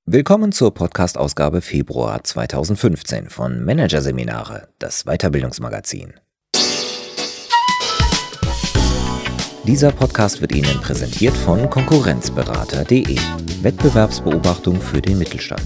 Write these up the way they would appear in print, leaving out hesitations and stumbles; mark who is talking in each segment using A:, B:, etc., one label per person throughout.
A: Willkommen zur Podcast-Ausgabe Februar 2015 von Managerseminare, das Weiterbildungsmagazin. Dieser Podcast wird Ihnen präsentiert von Konkurrenzberater.de, Wettbewerbsbeobachtung für den Mittelstand.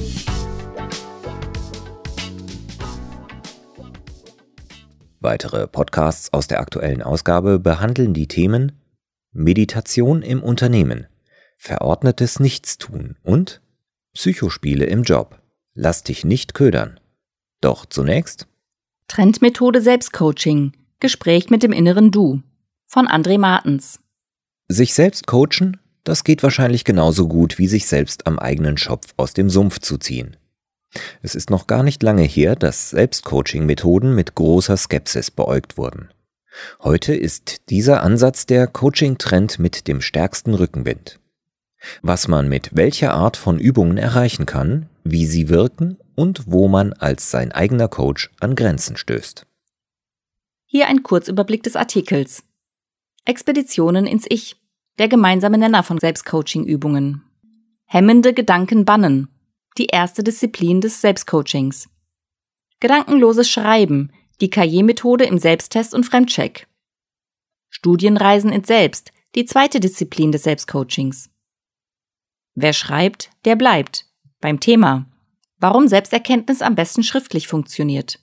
A: Weitere Podcasts aus der aktuellen Ausgabe behandeln die Themen Meditation im Unternehmen, verordnetes Nichtstun und Psychospiele im Job. Lass dich nicht ködern. Doch zunächst
B: Trendmethode Selbstcoaching. Gespräch mit dem inneren Du von André Martens.
A: Sich selbst coachen, das geht wahrscheinlich genauso gut, wie sich selbst am eigenen Schopf aus dem Sumpf zu ziehen. Es ist noch gar nicht lange her, dass Selbstcoaching-Methoden mit großer Skepsis beäugt wurden. Heute ist dieser Ansatz der Coaching-Trend mit dem stärksten Rückenwind. Was man mit welcher Art von Übungen erreichen kann, wie sie wirken und wo man als sein eigener Coach an Grenzen stößt.
B: Hier ein Kurzüberblick des Artikels. Expeditionen ins Ich, der gemeinsame Nenner von Selbstcoaching-Übungen. Hemmende Gedanken bannen, die erste Disziplin des Selbstcoachings. Gedankenloses Schreiben, die Cahiers-Methode im Selbsttest und Fremdcheck. Studienreisen ins Selbst, die zweite Disziplin des Selbstcoachings. Wer schreibt, der bleibt. Beim Thema: Warum Selbsterkenntnis am besten schriftlich funktioniert.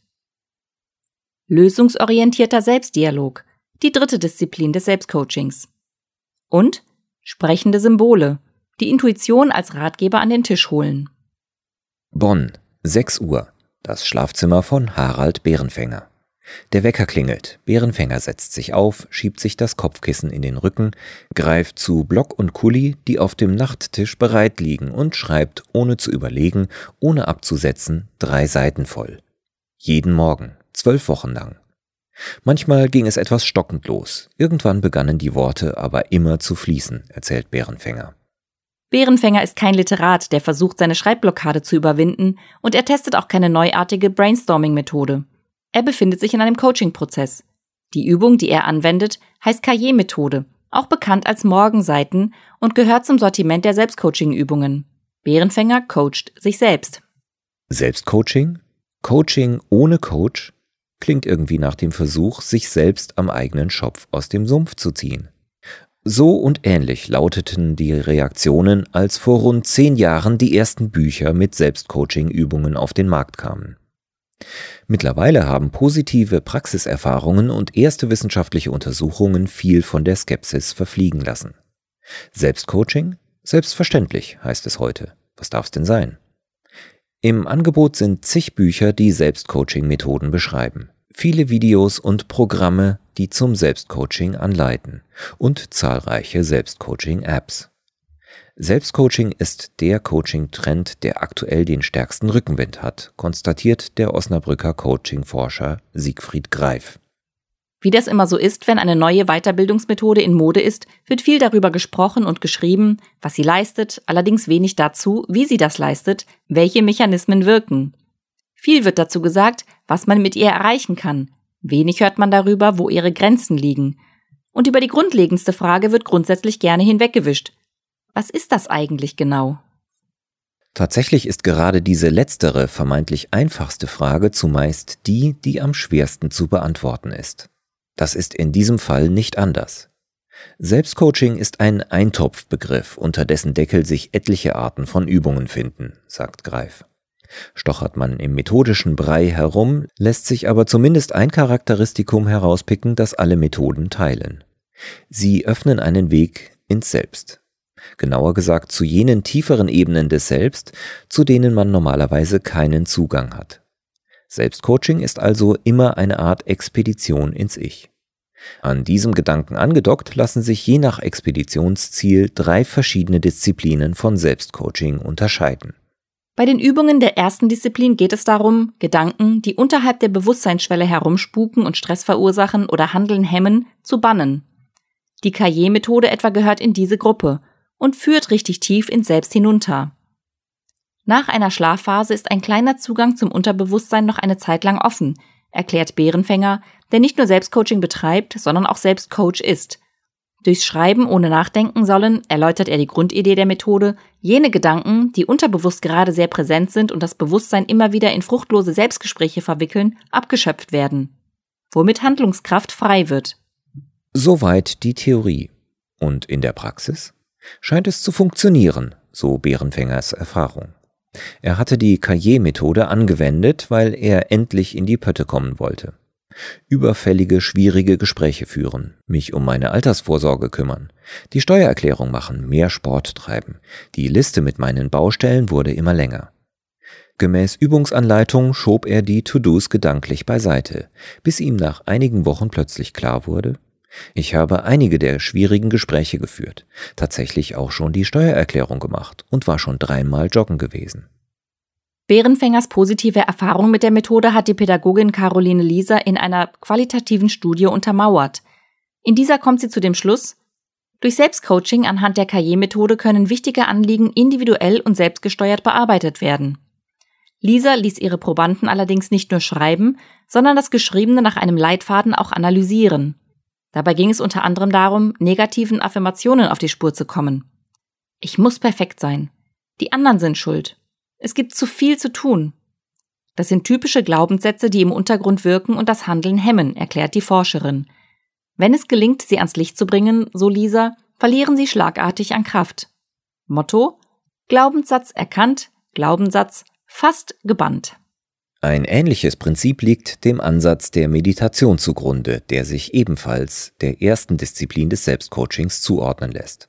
B: Lösungsorientierter Selbstdialog, die dritte Disziplin des Selbstcoachings. Und sprechende Symbole, die Intuition als Ratgeber an den Tisch holen.
A: Bonn, 6 Uhr, das Schlafzimmer von Harald Bärenfänger. Der Wecker klingelt, Bärenfänger setzt sich auf, schiebt sich das Kopfkissen in den Rücken, greift zu Block und Kuli, die auf dem Nachttisch bereit liegen, und schreibt, ohne zu überlegen, ohne abzusetzen, 3 Seiten voll. Jeden Morgen, 12 Wochen lang. Manchmal ging es etwas stockend los, irgendwann begannen die Worte aber immer zu fließen, erzählt Bärenfänger.
B: Bärenfänger ist kein Literat, der versucht, seine Schreibblockade zu überwinden, und er testet auch keine neuartige Brainstorming-Methode. Er befindet sich in einem Coaching-Prozess. Die Übung, die er anwendet, heißt Cahiers-Methode, auch bekannt als Morgenseiten, und gehört zum Sortiment der Selbstcoaching-Übungen. Bärenfänger coacht sich selbst.
A: Selbstcoaching? Coaching ohne Coach? Klingt irgendwie nach dem Versuch, sich selbst am eigenen Schopf aus dem Sumpf zu ziehen. So und ähnlich lauteten die Reaktionen, als vor rund 10 Jahren die ersten Bücher mit Selbstcoaching-Übungen auf den Markt kamen. Mittlerweile haben positive Praxiserfahrungen und erste wissenschaftliche Untersuchungen viel von der Skepsis verfliegen lassen. Selbstcoaching? Selbstverständlich, heißt es heute. Was darf's denn sein? Im Angebot sind zig Bücher, die Selbstcoaching-Methoden beschreiben. Viele Videos und Programme, die zum Selbstcoaching anleiten. Und zahlreiche Selbstcoaching-Apps. Selbstcoaching ist der Coaching-Trend, der aktuell den stärksten Rückenwind hat, konstatiert der Osnabrücker Coaching-Forscher Siegfried Greif.
B: Wie das immer so ist, wenn eine neue Weiterbildungsmethode in Mode ist, wird viel darüber gesprochen und geschrieben, was sie leistet, allerdings wenig dazu, wie sie das leistet, welche Mechanismen wirken. Viel wird dazu gesagt, was man mit ihr erreichen kann. Wenig hört man darüber, wo ihre Grenzen liegen. Und über die grundlegendste Frage wird grundsätzlich gerne hinweggewischt. Was ist das eigentlich genau?
A: Tatsächlich ist gerade diese letztere, vermeintlich einfachste Frage zumeist die, die am schwersten zu beantworten ist. Das ist in diesem Fall nicht anders. Selbstcoaching ist ein Eintopfbegriff, unter dessen Deckel sich etliche Arten von Übungen finden, sagt Greif. Stochert man im methodischen Brei herum, lässt sich aber zumindest ein Charakteristikum herauspicken, das alle Methoden teilen. Sie öffnen einen Weg ins Selbst. Genauer gesagt zu jenen tieferen Ebenen des Selbst, zu denen man normalerweise keinen Zugang hat. Selbstcoaching ist also immer eine Art Expedition ins Ich. An diesem Gedanken angedockt lassen sich je nach Expeditionsziel 3 verschiedene Disziplinen von Selbstcoaching unterscheiden.
B: Bei den Übungen der ersten Disziplin geht es darum, Gedanken, die unterhalb der Bewusstseinsschwelle herumspuken und Stress verursachen oder Handeln hemmen, zu bannen. Die Cahiers-Methode etwa gehört in diese Gruppe und führt richtig tief ins Selbst hinunter. Nach einer Schlafphase ist ein kleiner Zugang zum Unterbewusstsein noch eine Zeit lang offen, erklärt Bärenfänger, der nicht nur Selbstcoaching betreibt, sondern auch selbst Coach ist. Durchs Schreiben ohne Nachdenken sollen, erläutert er die Grundidee der Methode, jene Gedanken, die unterbewusst gerade sehr präsent sind und das Bewusstsein immer wieder in fruchtlose Selbstgespräche verwickeln, abgeschöpft werden, womit Handlungskraft frei wird.
A: Soweit die Theorie. Und in der Praxis scheint es zu funktionieren, so Bärenfängers Erfahrung. Er hatte die Cahiers-Methode angewendet, weil er endlich in die Pötte kommen wollte. Überfällige, schwierige Gespräche führen, mich um meine Altersvorsorge kümmern, die Steuererklärung machen, mehr Sport treiben. Die Liste mit meinen Baustellen wurde immer länger. Gemäß Übungsanleitung schob er die To-Dos gedanklich beiseite, bis ihm nach einigen Wochen plötzlich klar wurde: Ich habe einige der schwierigen Gespräche geführt, tatsächlich auch schon die Steuererklärung gemacht und war schon 3-mal joggen gewesen.
B: Bärenfängers positive Erfahrung mit der Methode hat die Pädagogin Caroline Lieser in einer qualitativen Studie untermauert. In dieser kommt sie zu dem Schluss: Durch Selbstcoaching anhand der Cahiers-Methode können wichtige Anliegen individuell und selbstgesteuert bearbeitet werden. Lieser ließ ihre Probanden allerdings nicht nur schreiben, sondern das Geschriebene nach einem Leitfaden auch analysieren. Dabei ging es unter anderem darum, negativen Affirmationen auf die Spur zu kommen. Ich muss perfekt sein. Die anderen sind schuld. Es gibt zu viel zu tun. Das sind typische Glaubenssätze, die im Untergrund wirken und das Handeln hemmen, erklärt die Forscherin. Wenn es gelingt, sie ans Licht zu bringen, so Lieser, verlieren sie schlagartig an Kraft. Motto: Glaubenssatz erkannt, Glaubenssatz fast gebannt.
A: Ein ähnliches Prinzip liegt dem Ansatz der Meditation zugrunde, der sich ebenfalls der ersten Disziplin des Selbstcoachings zuordnen lässt.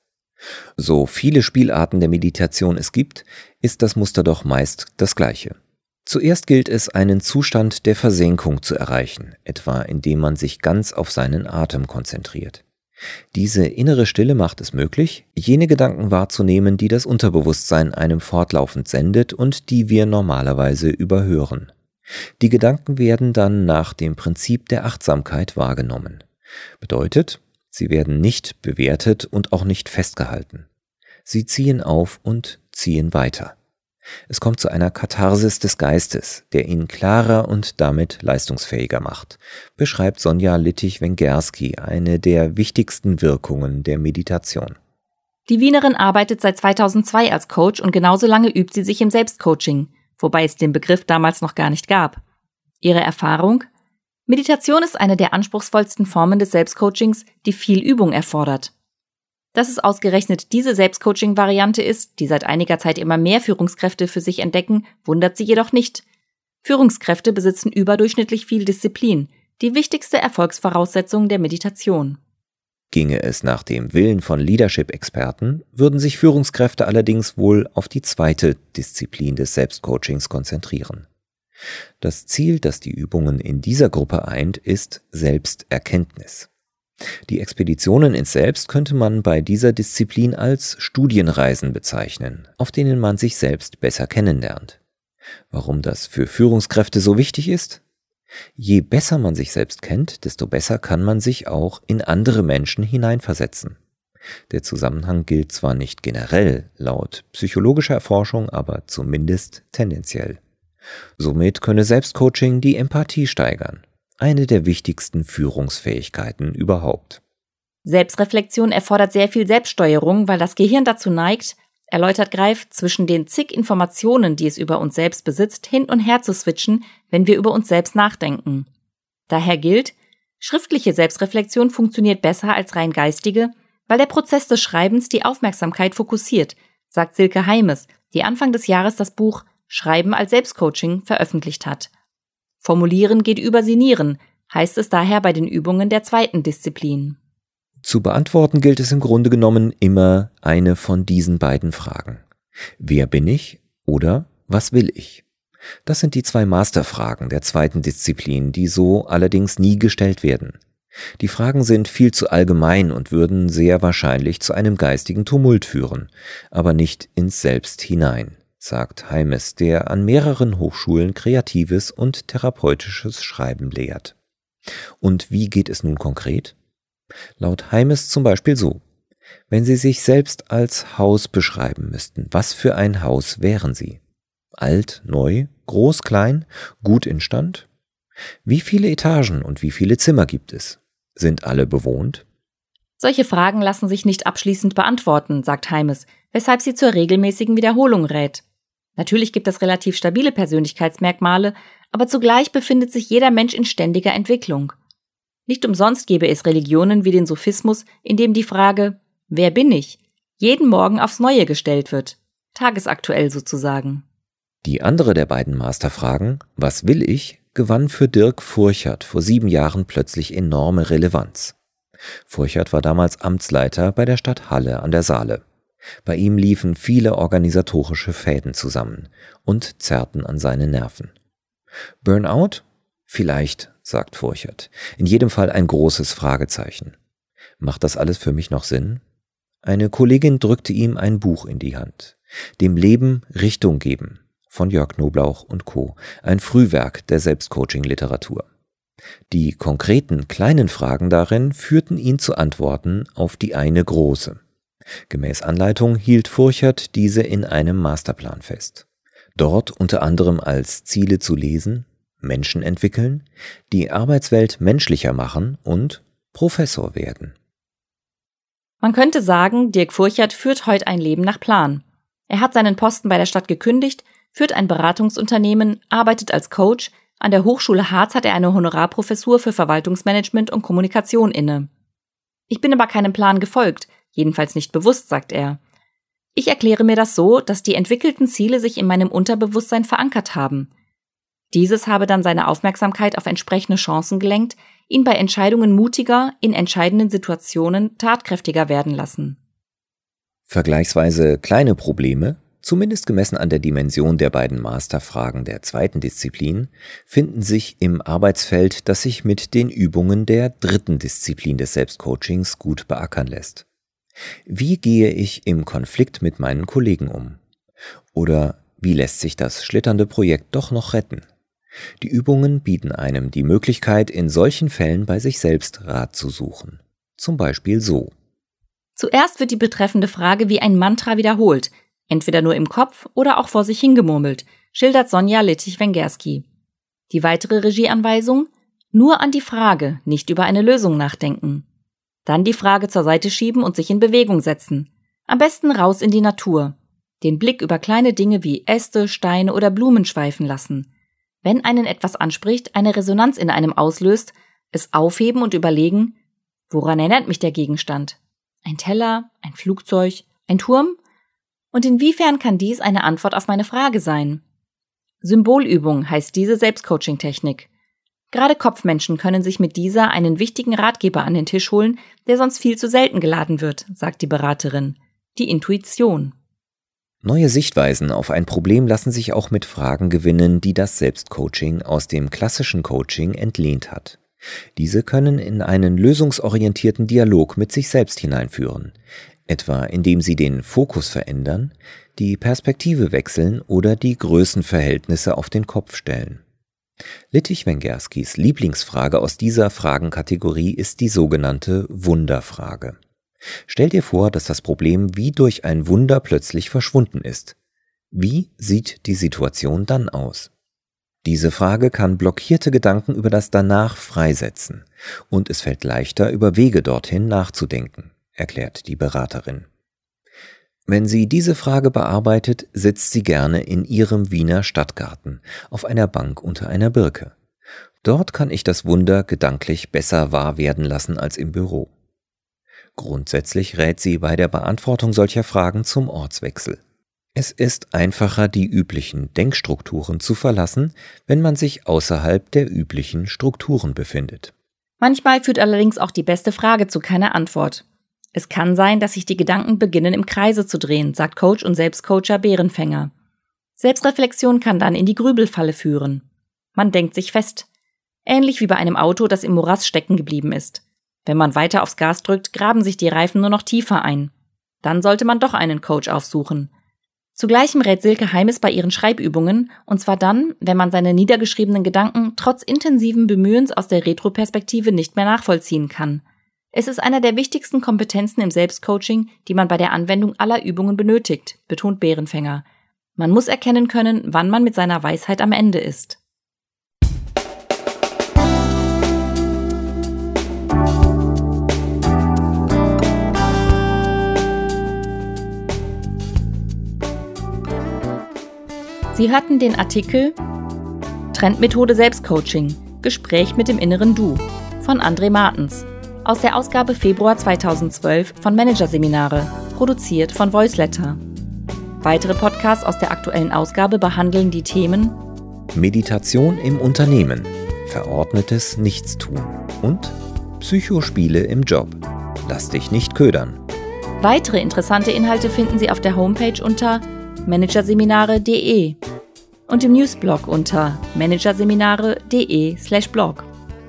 A: So viele Spielarten der Meditation es gibt, ist das Muster doch meist das gleiche. Zuerst gilt es, einen Zustand der Versenkung zu erreichen, etwa indem man sich ganz auf seinen Atem konzentriert. Diese innere Stille macht es möglich, jene Gedanken wahrzunehmen, die das Unterbewusstsein einem fortlaufend sendet und die wir normalerweise überhören. Die Gedanken werden dann nach dem Prinzip der Achtsamkeit wahrgenommen. Bedeutet, sie werden nicht bewertet und auch nicht festgehalten. Sie ziehen auf und ziehen weiter. Es kommt zu einer Katharsis des Geistes, der ihn klarer und damit leistungsfähiger macht, beschreibt Sonja Littich-Wengerski, eine der wichtigsten Wirkungen der Meditation.
B: Die Wienerin arbeitet seit 2002 als Coach und genauso lange übt sie sich im Selbstcoaching, wobei es den Begriff damals noch gar nicht gab. Ihre Erfahrung? Meditation ist eine der anspruchsvollsten Formen des Selbstcoachings, die viel Übung erfordert. Dass es ausgerechnet diese Selbstcoaching-Variante ist, die seit einiger Zeit immer mehr Führungskräfte für sich entdecken, wundert sie jedoch nicht. Führungskräfte besitzen überdurchschnittlich viel Disziplin, die wichtigste Erfolgsvoraussetzung der Meditation.
A: Ginge es nach dem Willen von Leadership-Experten, würden sich Führungskräfte allerdings wohl auf die zweite Disziplin des Selbstcoachings konzentrieren. Das Ziel, das die Übungen in dieser Gruppe eint, ist Selbsterkenntnis. Die Expeditionen ins Selbst könnte man bei dieser Disziplin als Studienreisen bezeichnen, auf denen man sich selbst besser kennenlernt. Warum das für Führungskräfte so wichtig ist? Je besser man sich selbst kennt, desto besser kann man sich auch in andere Menschen hineinversetzen. Der Zusammenhang gilt zwar nicht generell, laut psychologischer Erforschung, aber zumindest tendenziell. Somit könne Selbstcoaching die Empathie steigern. Eine der wichtigsten Führungsfähigkeiten überhaupt.
B: Selbstreflexion erfordert sehr viel Selbststeuerung, weil das Gehirn dazu neigt, erläutert Greif, zwischen den zig Informationen, die es über uns selbst besitzt, hin und her zu switchen, wenn wir über uns selbst nachdenken. Daher gilt, schriftliche Selbstreflexion funktioniert besser als rein geistige, weil der Prozess des Schreibens die Aufmerksamkeit fokussiert, sagt Silke Heimes, die Anfang des Jahres das Buch Schreiben als Selbstcoaching veröffentlicht hat. Formulieren geht über Sinnieren, heißt es daher bei den Übungen der zweiten Disziplin.
A: Zu beantworten gilt es im Grunde genommen immer eine von diesen beiden Fragen. Wer bin ich oder was will ich? Das sind die 2 Masterfragen der zweiten Disziplin, die so allerdings nie gestellt werden. Die Fragen sind viel zu allgemein und würden sehr wahrscheinlich zu einem geistigen Tumult führen, aber nicht ins Selbst hinein, sagt Heimes, der an mehreren Hochschulen kreatives und therapeutisches Schreiben lehrt. Und wie geht es nun konkret? Laut Heimes zum Beispiel so: Wenn Sie sich selbst als Haus beschreiben müssten, was für ein Haus wären Sie? Alt, neu, groß, klein, gut instand? Wie viele Etagen und wie viele Zimmer gibt es? Sind alle bewohnt?
B: Solche Fragen lassen sich nicht abschließend beantworten, sagt Heimes, weshalb sie zur regelmäßigen Wiederholung rät. Natürlich gibt es relativ stabile Persönlichkeitsmerkmale, aber zugleich befindet sich jeder Mensch in ständiger Entwicklung. Nicht umsonst gäbe es Religionen wie den Sufismus, in dem die Frage »Wer bin ich?« jeden Morgen aufs Neue gestellt wird, tagesaktuell sozusagen.
A: Die andere der beiden Masterfragen, »Was will ich?«, gewann für Dirk Furchert vor 7 Jahren plötzlich enorme Relevanz. Furchert war damals Amtsleiter bei der Stadt Halle an der Saale. Bei ihm liefen viele organisatorische Fäden zusammen und zerrten an seine Nerven. Burnout? Vielleicht, sagt Furchert. In jedem Fall ein großes Fragezeichen. Macht das alles für mich noch Sinn? Eine Kollegin drückte ihm ein Buch in die Hand. Dem Leben Richtung geben von Jörg Knoblauch und Co. Ein Frühwerk der Selbstcoaching-Literatur. Die konkreten kleinen Fragen darin führten ihn zu Antworten auf die eine große. Gemäß Anleitung hielt Furchert diese in einem Masterplan fest. Dort unter anderem als Ziele zu lesen, Menschen entwickeln, die Arbeitswelt menschlicher machen und Professor werden.
B: Man könnte sagen, Dirk Furchert führt heute ein Leben nach Plan. Er hat seinen Posten bei der Stadt gekündigt, führt ein Beratungsunternehmen, arbeitet als Coach. An der Hochschule Harz hat er eine Honorarprofessur für Verwaltungsmanagement und Kommunikation inne. Ich bin aber keinem Plan gefolgt, jedenfalls nicht bewusst, sagt er. Ich erkläre mir das so, dass die entwickelten Ziele sich in meinem Unterbewusstsein verankert haben. Dieses habe dann seine Aufmerksamkeit auf entsprechende Chancen gelenkt, ihn bei Entscheidungen mutiger, in entscheidenden Situationen tatkräftiger werden lassen.
A: Vergleichsweise kleine Probleme, zumindest gemessen an der Dimension der beiden Masterfragen der zweiten Disziplin, finden sich im Arbeitsfeld, das sich mit den Übungen der dritten Disziplin des Selbstcoachings gut beackern lässt. Wie gehe ich im Konflikt mit meinen Kollegen um? Oder wie lässt sich das schlitternde Projekt doch noch retten? Die Übungen bieten einem die Möglichkeit, in solchen Fällen bei sich selbst Rat zu suchen. Zum Beispiel so.
B: Zuerst wird die betreffende Frage wie ein Mantra wiederholt, entweder nur im Kopf oder auch vor sich hingemurmelt, schildert Sonja Littich-Wengerski. Die weitere Regieanweisung? Nur an die Frage, nicht über eine Lösung nachdenken. Dann die Frage zur Seite schieben und sich in Bewegung setzen. Am besten raus in die Natur. Den Blick über kleine Dinge wie Äste, Steine oder Blumen schweifen lassen. Wenn einen etwas anspricht, eine Resonanz in einem auslöst, es aufheben und überlegen, woran erinnert mich der Gegenstand? Ein Teller, ein Flugzeug, ein Turm? Und inwiefern kann dies eine Antwort auf meine Frage sein? Symbolübung heißt diese Selbstcoaching-Technik. Gerade Kopfmenschen können sich mit dieser einen wichtigen Ratgeber an den Tisch holen, der sonst viel zu selten geladen wird, sagt die Beraterin. Die Intuition.
A: Neue Sichtweisen auf ein Problem lassen sich auch mit Fragen gewinnen, die das Selbstcoaching aus dem klassischen Coaching entlehnt hat. Diese können in einen lösungsorientierten Dialog mit sich selbst hineinführen, etwa indem sie den Fokus verändern, die Perspektive wechseln oder die Größenverhältnisse auf den Kopf stellen. Littich-Wengerskis Lieblingsfrage aus dieser Fragenkategorie ist die sogenannte Wunderfrage. Stell dir vor, dass das Problem wie durch ein Wunder plötzlich verschwunden ist. Wie sieht die Situation dann aus? Diese Frage kann blockierte Gedanken über das Danach freisetzen und es fällt leichter, über Wege dorthin nachzudenken, erklärt die Beraterin. Wenn sie diese Frage bearbeitet, sitzt sie gerne in ihrem Wiener Stadtgarten auf einer Bank unter einer Birke. Dort kann ich das Wunder gedanklich besser wahr werden lassen als im Büro. Grundsätzlich rät sie bei der Beantwortung solcher Fragen zum Ortswechsel. Es ist einfacher, die üblichen Denkstrukturen zu verlassen, wenn man sich außerhalb der üblichen Strukturen befindet.
B: Manchmal führt allerdings auch die beste Frage zu keiner Antwort. Es kann sein, dass sich die Gedanken beginnen im Kreise zu drehen, sagt Coach und Selbstcoacher Bärenfänger. Selbstreflexion kann dann in die Grübelfalle führen. Man denkt sich fest. Ähnlich wie bei einem Auto, das im Morass stecken geblieben ist. Wenn man weiter aufs Gas drückt, graben sich die Reifen nur noch tiefer ein. Dann sollte man doch einen Coach aufsuchen. Zugleich rät Silke Heimes bei ihren Schreibübungen, und zwar dann, wenn man seine niedergeschriebenen Gedanken trotz intensiven Bemühens aus der Retroperspektive nicht mehr nachvollziehen kann. Es ist einer der wichtigsten Kompetenzen im Selbstcoaching, die man bei der Anwendung aller Übungen benötigt, betont Bärenfänger. Man muss erkennen können, wann man mit seiner Weisheit am Ende ist. Sie hörten den Artikel Trendmethode Selbstcoaching – Gespräch mit dem inneren Du von André Martens aus der Ausgabe Februar 2012 von Managerseminare, produziert von Voiceletter. Weitere Podcasts aus der aktuellen Ausgabe behandeln die Themen
A: Meditation im Unternehmen, verordnetes Nichtstun und Psychospiele im Job. Lass dich nicht ködern.
B: Weitere interessante Inhalte finden Sie auf der Homepage unter managerseminare.de und im Newsblog unter managerseminare.de/blog.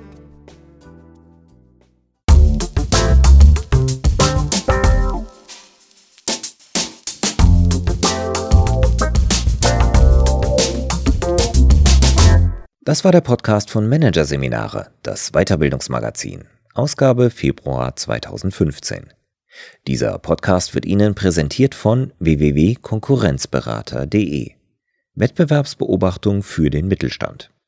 A: Das war der Podcast von Managerseminare, das Weiterbildungsmagazin, Ausgabe Februar 2015. Dieser Podcast wird Ihnen präsentiert von www.konkurrenzberater.de. Wettbewerbsbeobachtung für den Mittelstand.